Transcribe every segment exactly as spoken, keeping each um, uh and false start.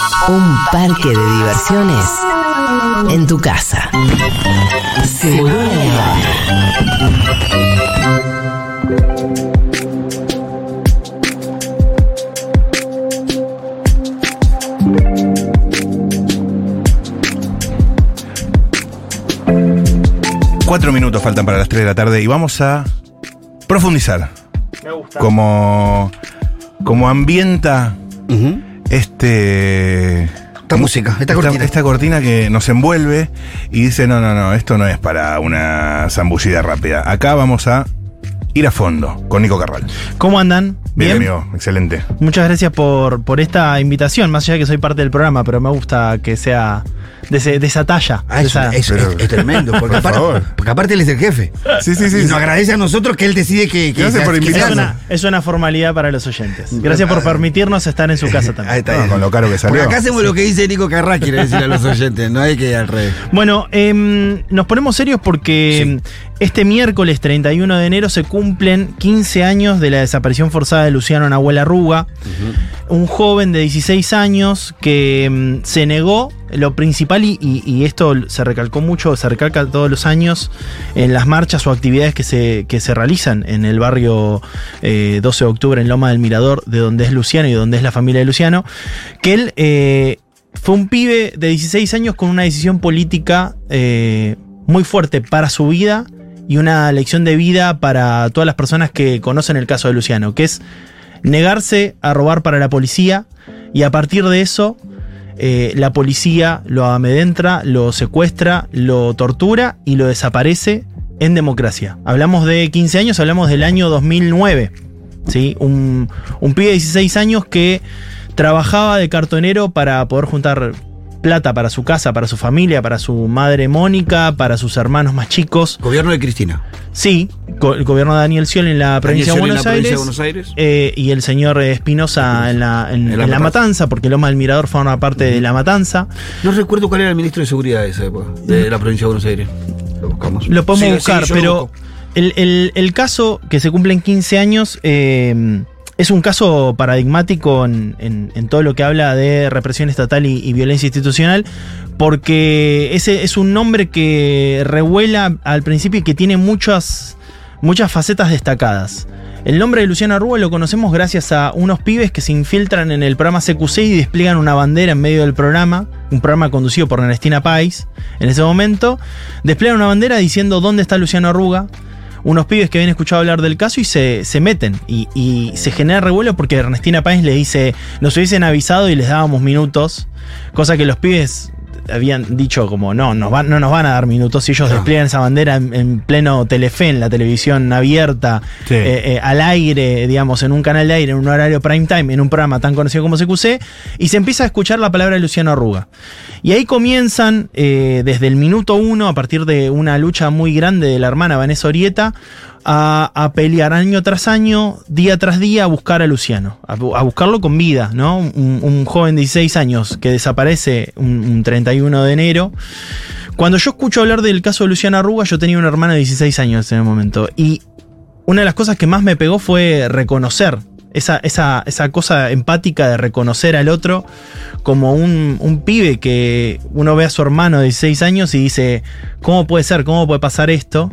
Un parque de diversiones en tu casa. Seguro La Cuatro minutos faltan para las tres de la tarde y vamos a profundizar. Me gusta. Como, como ambienta Uh-huh. este... Esta música, esta cortina. Esta cortina que nos envuelve y dice, no, no, no, esto no es para una zambullida rápida. Acá vamos a ir a fondo con Nico Carral. ¿Cómo andan? Bien, ¿Bien? amigo, excelente. Muchas gracias por, por esta invitación, más allá de que soy parte del programa, pero me gusta que sea de, ese, de esa talla. Ah, de eso, esa- eso Pero- es, es tremendo, porque Por aparte, favor. porque aparte él es el jefe. Sí, sí, sí. Y sí. nos agradece a nosotros que él decide que, que Gracias por que es, invitarnos. sea- una, es una formalidad para los oyentes. Gracias por permitirnos estar en su casa Ahí también. está No, bien. con lo caro que Porque salió. acá hacemos lo que dice Nico Carrá, quiere decir a los oyentes, no hay que ir al revés. Bueno, em, nos ponemos serios porque em, este miércoles treinta y uno de enero se cumplen quince años de la desaparición forzada de Luciano Nahuel Arruga, un joven de dieciséis años que em, se negó, lo principal, y, y- y esto se recalcó mucho, se recalca todos los años en las marchas o actividades que se, que se realizan en el barrio eh, doce de octubre en Loma del Mirador, de donde es Luciano y de donde es la familia de Luciano, que él... eh, fue un pibe de dieciséis años con una decisión política eh, muy fuerte para su vida y una lección de vida para todas las personas que conocen el caso de Luciano, que es negarse a robar para la policía y a partir de eso eh, la policía lo amedrenta, lo secuestra, lo tortura y lo desaparece en democracia. Hablamos de quince años, hablamos del año dos mil nueve, ¿sí? Un, un pibe de dieciséis años que trabajaba de cartonero para poder juntar plata para su casa, para su familia, para su madre Mónica, para sus hermanos más chicos. Gobierno de Cristina. Sí, co- el gobierno de Daniel Scioli en la provincia de Daniel Buenos Scioli en la Aires. provincia de Buenos Aires. eh, y el señor Espinosa en la, en, En la en la Matanza. Matanza, porque Loma del Mirador forma parte de la Matanza. No recuerdo cuál era el ministro de Seguridad de esa época, de la provincia de Buenos Aires. Lo buscamos. Lo podemos Sí, buscar, sí, yo lo pero busco. el, el- el caso que se cumple en quince años eh, es un caso paradigmático en, en- en todo lo que habla de represión estatal y, y violencia institucional, porque ese es un nombre que revuela al principio y que tiene muchas, muchas facetas destacadas. El nombre de Luciano Arruga lo conocemos gracias a unos pibes que se infiltran en el programa C Q C y despliegan una bandera en medio del programa, un programa conducido por Ernestina Páez en ese momento. Despliegan una bandera diciendo dónde está Luciano Arruga. Unos pibes que habían escuchado hablar del caso y se, se meten y, y se genera revuelo porque Ernestina Páez le dice, nos hubiesen avisado y les dábamos minutos, cosa que los pibes habían dicho como no, nos van, no nos van a dar minutos si ellos No. despliegan esa bandera en, en pleno Telefe, en la televisión abierta, Sí. eh, eh, al aire, digamos, en un canal de aire, en un horario prime time, en un programa tan conocido como C Q C, y se empieza a escuchar la palabra de Luciano Arruga. Y ahí comienzan, eh, desde el minuto uno, a partir de una lucha muy grande de la hermana Vanessa Orieta, a, a pelear año tras año, día tras día, a buscar a Luciano, a, bu- a buscarlo con vida, ¿no? Un, un joven de dieciséis años que desaparece un, un treinta y uno de enero. Cuando yo escucho hablar del caso de Luciano Arruga, yo tenía una hermana de dieciséis años en el momento, y una de las cosas que más me pegó fue reconocer, esa, esa, esa cosa empática de reconocer al otro como un, un pibe que uno ve a su hermano de dieciséis años y dice, ¿cómo puede ser? ¿Cómo puede pasar esto?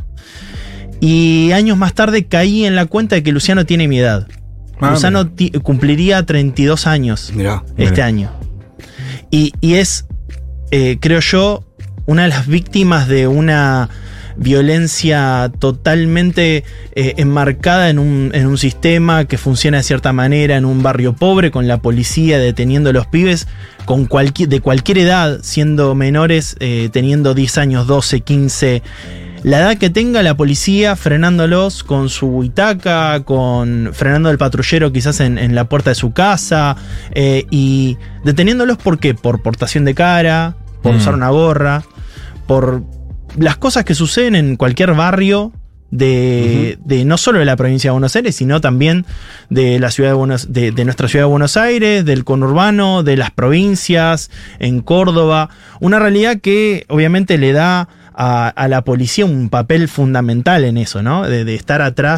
Y años más tarde caí en la cuenta de que Luciano tiene mi edad. Ah, Luciano ti- cumpliría treinta y dos años Mirá. este Mira. año. Y, y es, eh, creo yo, una de las víctimas de una violencia totalmente eh, enmarcada en un, en un sistema que funciona de cierta manera, en un barrio pobre, con la policía deteniendo a los pibes con cualquier, de cualquier edad, siendo menores, eh, teniendo diez años, doce, quince. La edad que tenga la policía frenándolos con su itaca, con frenando el patrullero quizás en, en la puerta de su casa, eh, y deteniéndolos ¿por qué? Por portación de cara, por Mm. usar una gorra, por las cosas que suceden en cualquier barrio de, uh-huh. de no solo de la provincia de Buenos Aires, sino también de la ciudad de Buenos, de, de nuestra ciudad de Buenos Aires, del conurbano, de las provincias, en Córdoba. Una realidad que obviamente le da a, a la policía un papel fundamental en eso, ¿no? De, de estar atrás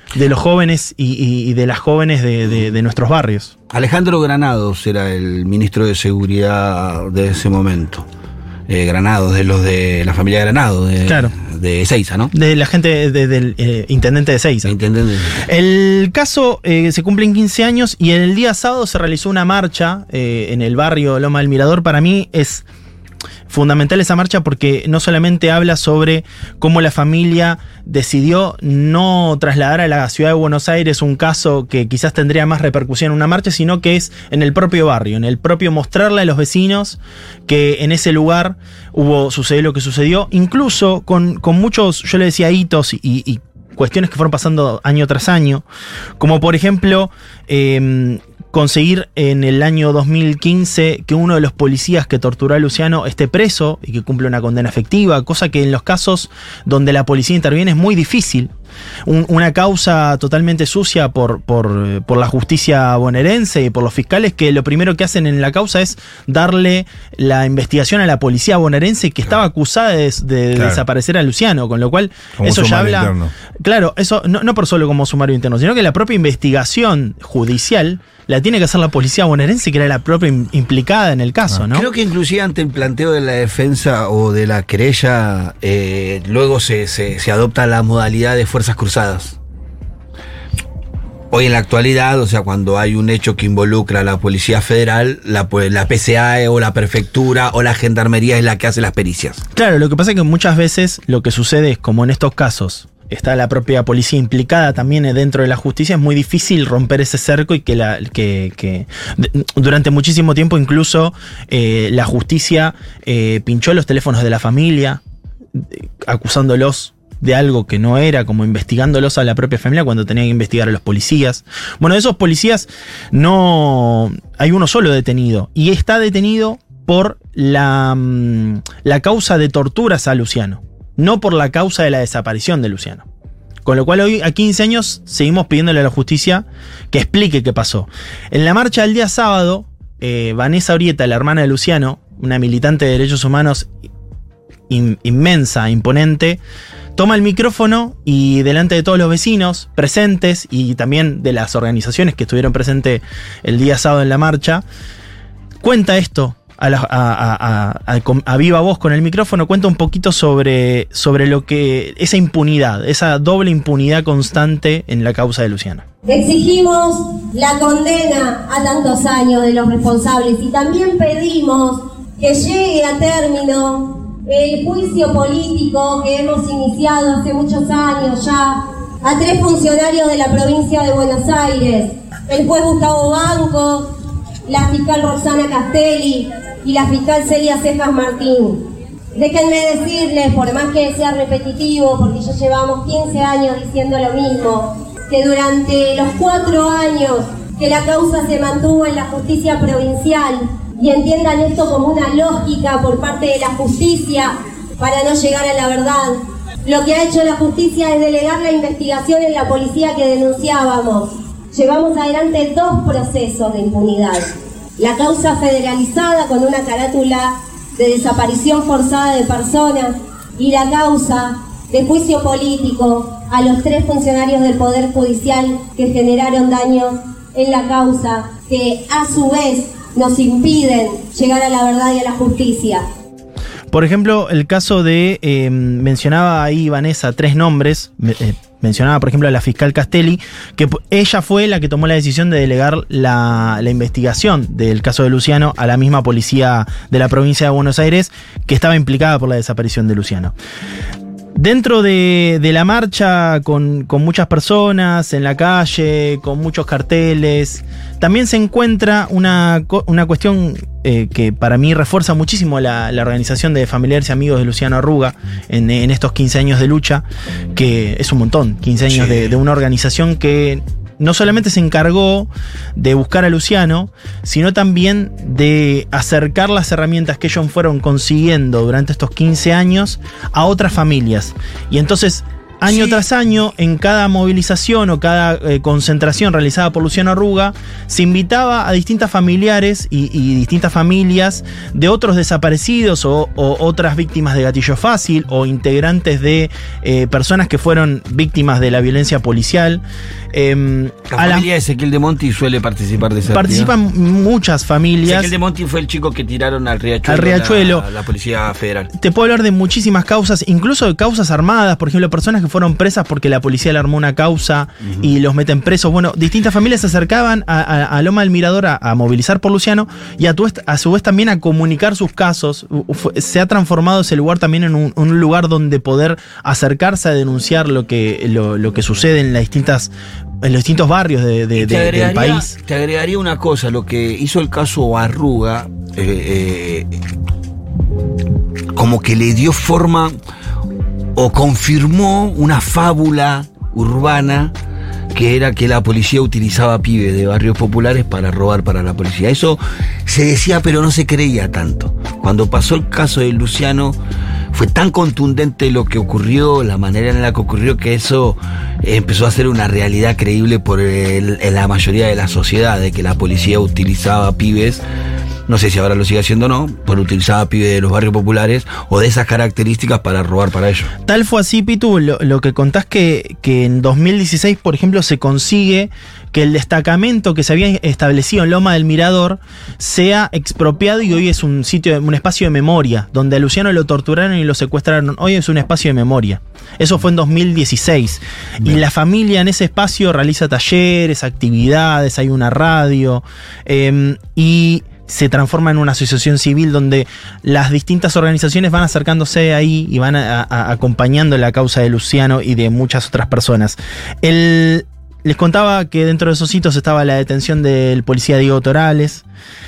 de los jóvenes y, y, y de las jóvenes de, de, de nuestros barrios. Alejandro Granados era el ministro de Seguridad de ese momento. Eh, Granados, de los de la familia Granados, de, claro. de Ezeiza, ¿no? De la gente de, del eh, intendente de Ezeiza. Intendente de... El caso eh, se cumplen quince años y el día sábado se realizó una marcha eh, en el barrio Loma del Mirador. Para mí es fundamental esa marcha porque no solamente habla sobre cómo la familia decidió no trasladar a la ciudad de Buenos Aires un caso que quizás tendría más repercusión en una marcha, sino que es en el propio barrio, en el propio mostrarle a los vecinos que en ese lugar hubo, sucedió lo que sucedió, incluso con, con muchos, yo le decía hitos y, y cuestiones que fueron pasando año tras año, como por ejemplo eh, conseguir en el año dos mil quince que uno de los policías que torturó a Luciano esté preso y que cumple una condena efectiva, cosa que en los casos donde la policía interviene es muy difícil. Un, una causa totalmente sucia por, por, por la justicia bonaerense y por los fiscales que lo primero que hacen en la causa es darle la investigación a la policía bonaerense que estaba acusada de, de Claro. desaparecer a Luciano, con lo cual Como eso ya sumario habla... interno. Claro, eso no, no por solo como sumario interno, sino que la propia investigación judicial la tiene que hacer la policía bonaerense, que era la propia im- implicada en el caso, ¿no? Creo que inclusive ante el planteo de la defensa o de la querella, eh, luego se, se, se adopta la modalidad de fuerzas cruzadas. Hoy en la actualidad, o sea, cuando hay un hecho que involucra a la Policía Federal, la, pues, la P C A E o la Prefectura o la Gendarmería es la que hace las pericias. Claro, lo que pasa es que muchas veces lo que sucede es, como en estos casos, está la propia policía implicada también dentro de la justicia, es muy difícil romper ese cerco y que, la, que, que de, durante muchísimo tiempo incluso eh, la justicia eh, pinchó los teléfonos de la familia, eh, acusándolos de algo que no era, como investigándolos a la propia familia cuando tenía que investigar a los policías. Bueno, de esos policías no hay uno solo detenido y está detenido por la, la causa de torturas a Luciano, no por la causa de la desaparición de Luciano. Con lo cual hoy, a quince años, seguimos pidiéndole a la justicia que explique qué pasó. En la marcha del día sábado, eh, Vanessa Orieta, la hermana de Luciano, una militante de derechos humanos in, inmensa, imponente, toma el micrófono y delante de todos los vecinos presentes y también de las organizaciones que estuvieron presentes el día sábado en la marcha, cuenta esto. A, la, a, a, a, a viva voz con el micrófono, cuenta un poquito sobre, sobre lo que esa impunidad, esa doble impunidad constante en la causa de Luciano. Exigimos la condena a tantos años de los responsables y también pedimos que llegue a término el juicio político que hemos iniciado hace muchos años ya a tres funcionarios de la provincia de Buenos Aires, el juez Gustavo Banco, la fiscal Roxana Castelli y la fiscal Celia Cejas Martín. Déjenme decirles, por más que sea repetitivo, porque ya llevamos quince años diciendo lo mismo, que durante los cuatro años que la causa se mantuvo en la justicia provincial, y entiendan esto como una lógica por parte de la justicia para no llegar a la verdad, lo que ha hecho la justicia es delegar la investigación en la policía que denunciábamos. Llevamos adelante dos procesos de impunidad. La causa federalizada con una carátula de desaparición forzada de personas y la causa de juicio político a los tres funcionarios del Poder Judicial que generaron daños en la causa, que a su vez nos impiden llegar a la verdad y a la justicia. Por ejemplo, el caso de, eh, mencionaba ahí Vanessa tres nombres, eh, mencionaba por ejemplo a la fiscal Castelli, que ella fue la que tomó la decisión de delegar la, la investigación del caso de Luciano a la misma policía de la provincia de Buenos Aires que estaba implicada por la desaparición de Luciano. Dentro de, de la marcha, con, con muchas personas en la calle, con muchos carteles, también se encuentra una, una cuestión eh, que para mí refuerza muchísimo la, la organización de familiares y amigos de Luciano Arruga en, en estos quince años de lucha, que es un montón, quince años sí. de, de una organización que no solamente se encargó de buscar a Luciano, sino también de acercar las herramientas que ellos fueron consiguiendo durante estos quince años a otras familias. Y entonces año Sí. tras año, en cada movilización o cada eh, concentración realizada por Luciano Arruga, se invitaba a distintas familiares y, y distintas familias de otros desaparecidos o, o otras víctimas de gatillo fácil o integrantes de eh, personas que fueron víctimas de la violencia policial. Eh, La a la- familia de Ezequiel de Monti suele participar de esa participan muchas familias. Ezequiel de Monti fue el chico que tiraron al Riachuelo. Al Riachuelo. La, la Policía Federal. Te puedo hablar de muchísimas causas, incluso de causas armadas, por ejemplo, personas que fueron presas porque la policía le armó una causa uh-huh. y los meten presos. Bueno, distintas familias se acercaban a, a, a Loma del Mirador a, a movilizar por Luciano y a, tu, a su vez también a comunicar sus casos. Se ha transformado ese lugar también en un, un lugar donde poder acercarse a denunciar lo que, lo, lo que sucede en las distintas en los distintos barrios de, de, de, del país. Te agregaría una cosa, lo que hizo el caso Arruga, eh, eh, como que le dio forma o confirmó una fábula urbana que era que la policía utilizaba pibes de barrios populares para robar para la policía. Eso se decía, pero no se creía tanto. Cuando pasó el caso de Luciano, fue tan contundente lo que ocurrió, la manera en la que ocurrió, que eso empezó a ser una realidad creíble por el, en la mayoría de la sociedad, de que la policía utilizaba pibes. No sé si ahora lo sigue haciendo o no, pero utilizaba pibes de los barrios populares o de esas características para robar para ellos. Tal fue así, Pitu, lo, lo que contás que, que en dos mil dieciséis, por ejemplo, se consigue que el destacamento que se había establecido en Loma del Mirador sea expropiado y hoy es un sitio, un espacio de memoria, donde a Luciano lo torturaron y lo secuestraron. Hoy es un espacio de memoria. Eso fue en dos mil dieciséis. Bien. Y la familia en ese espacio realiza talleres, actividades, hay una radio eh, y se transforma en una asociación civil donde las distintas organizaciones van acercándose ahí y van a, a, acompañando la causa de Luciano y de muchas otras personas. El, les contaba que dentro de esos sitios estaba la detención del policía Diego Torales.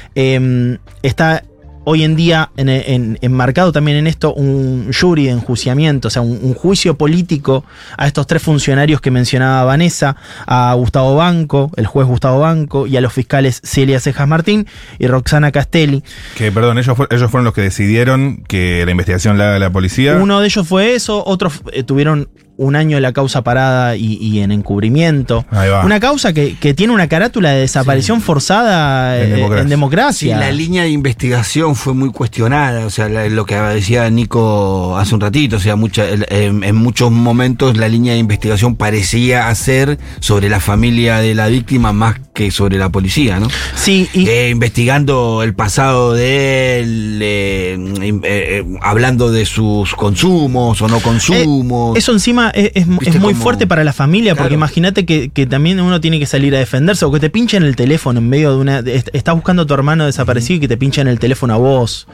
Eh, está hoy en día en, en, enmarcado también en esto un jury de enjuiciamiento, o sea, un, un juicio político a estos tres funcionarios que mencionaba Vanessa, a Gustavo Banco, el juez Gustavo Banco, y a los fiscales Celia Cejas Martín y Roxana Castelli. Que, perdón, ellos, fue, ellos fueron los que decidieron que la investigación la haga la policía. Uno de ellos fue eso, otros eh, tuvieron un año la causa parada y, y en encubrimiento. Ahí va. Una causa que, que tiene una carátula de desaparición sí. forzada en, eh, democracia. en democracia. Sí, la línea de investigación fue muy cuestionada, o sea, la, lo que decía Nico hace un ratito, o sea, mucha, en, en muchos momentos la línea de investigación parecía hacer sobre la familia de la víctima más que sobre la policía, ¿no? Sí. Y eh, investigando el pasado de él, eh, eh, eh, hablando de sus consumos o no consumos. Eh, eso encima es, es, es muy como, fuerte para la familia, claro. Porque imagínate que, que también uno tiene que salir a defenderse o que te pinchen el teléfono en medio de una... De, estás buscando a tu hermano desaparecido uh-huh. y que te pinchen el teléfono a vos.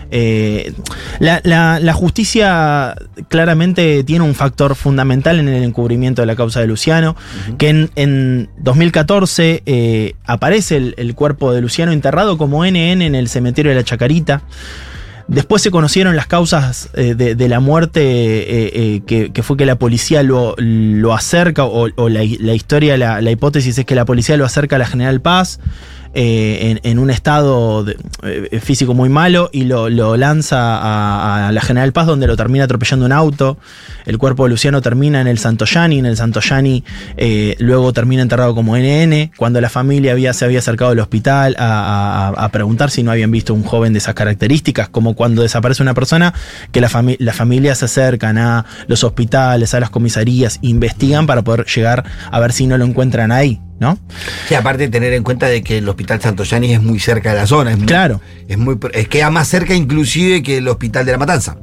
Eh, la, la, la justicia claramente tiene un factor fundamental en el encubrimiento de la causa de Luciano, uh-huh. que en, en dos mil catorce eh, aparece el, el cuerpo de Luciano enterrado como N N en el cementerio de la Chacarita. Después se conocieron las causas eh, de, de la muerte, eh, eh, que, que fue que la policía lo, lo acerca, o, o la, la historia, la, la hipótesis es que la policía lo acerca a la General Paz eh, en, en un estado de, eh, físico muy malo y lo, lo lanza a, a la General Paz, donde lo termina atropellando un auto. El cuerpo de Luciano termina en el Santoyani, en el Santoyani eh, luego termina enterrado como N N, cuando la familia había, se había acercado al hospital a, a, a preguntar si no habían visto un joven de esas características, como cuando desaparece una persona, que la fami- las familias se acercan a los hospitales, a las comisarías, investigan para poder llegar a ver si no lo encuentran ahí, ¿no? Sí, aparte de tener en cuenta de que el Hospital Santoyani es muy cerca de la zona. Es muy, claro. Es muy, es queda más cerca inclusive que el Hospital de la Matanza.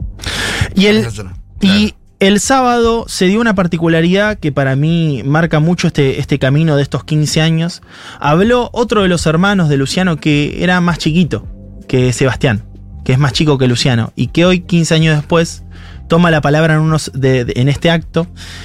Y el, claro. y el sábado se dio una particularidad que para mí marca mucho este, este camino de estos quince años. Habló otro de los hermanos de Luciano que era más chiquito que Sebastián, que es más chico que Luciano, y que hoy, quince años después, toma la palabra en, unos de, de, en este acto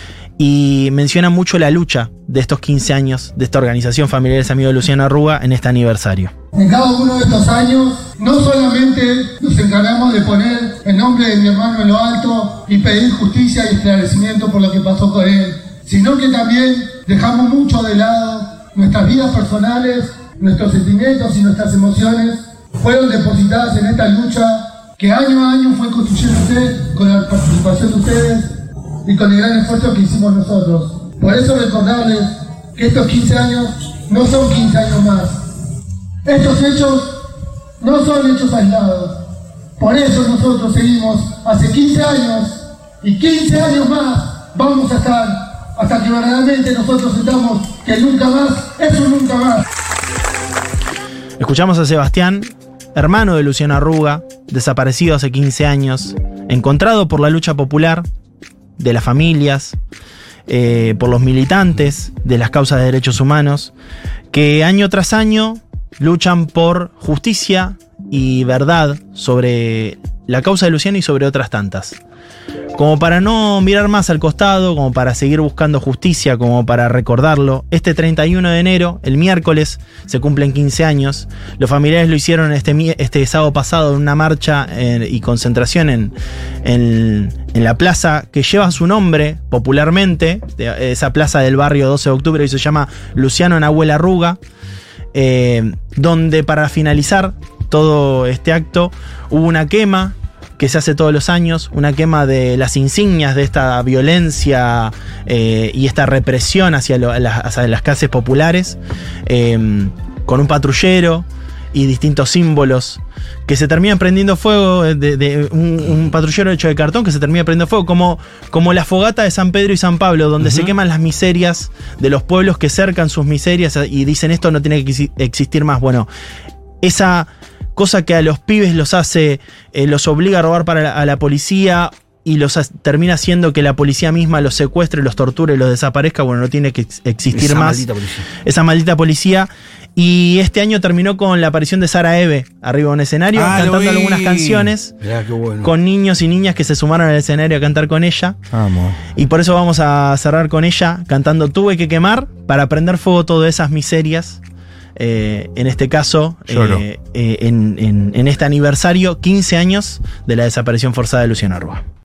y menciona mucho la lucha de estos quince años de esta organización Familiares Amigos de Luciano Arruga en este aniversario. En cada uno de estos años, no solamente nos encargamos de poner el nombre de mi hermano en lo alto y pedir justicia y esclarecimiento por lo que pasó con él, sino que también dejamos mucho de lado nuestras vidas personales, nuestros sentimientos y nuestras emociones fueron depositadas en esta lucha que año a año fue construyéndose con la participación de ustedes, y con el gran esfuerzo que hicimos nosotros. Por eso recordarles que estos quince años no son quince años más. Estos hechos no son hechos aislados. Por eso nosotros seguimos hace quince años y quince años más vamos a estar hasta que verdaderamente nosotros sintamos que nunca más es un nunca más. Escuchamos a Sebastián, hermano de Luciano Arruga, desaparecido hace quince años, encontrado por la lucha popular de las familias, eh, por los militantes de las causas de derechos humanos, que año tras año luchan por justicia y verdad sobre la causa de Luciano y sobre otras tantas. Como para no mirar más al costado, como para seguir buscando justicia, como para recordarlo, este treinta y uno de enero, el miércoles, se cumplen quince años. Los familiares lo hicieron este, este sábado pasado en una marcha eh, y concentración en, en, en la plaza que lleva su nombre popularmente, de, esa plaza del barrio doce de octubre, y se llama Luciano Nahuel Arruga, eh, donde para finalizar todo este acto hubo una quema que se hace todos los años, una quema de las insignias de esta violencia eh, y esta represión hacia, lo, hacia las clases populares, eh, con un patrullero y distintos símbolos que se terminan prendiendo fuego, de, de un, un patrullero hecho de cartón que se termina prendiendo fuego, como, como la fogata de San Pedro y San Pablo, donde uh-huh. se queman las miserias de los pueblos que cercan sus miserias y dicen esto no tiene que existir más. Bueno, esa cosa que a los pibes los hace, eh, los obliga a robar para la, a la policía y los ha, termina haciendo que la policía misma los secuestre, los torture, los desaparezca. Bueno, no tiene que ex- existir esa más maldita policía. Esa maldita policía. Y este año terminó con la aparición de Sara Eve arriba de un escenario, ah, cantando algunas canciones. Mirá, qué bueno. Con niños y niñas que se sumaron al escenario a cantar con ella. Vamos. Y por eso vamos a cerrar con ella cantando Tuve que quemar, para prender fuego todas esas miserias. Eh, en este caso, eh, eh, en, en, en este aniversario, quince años de la desaparición forzada de Luciano Arruga.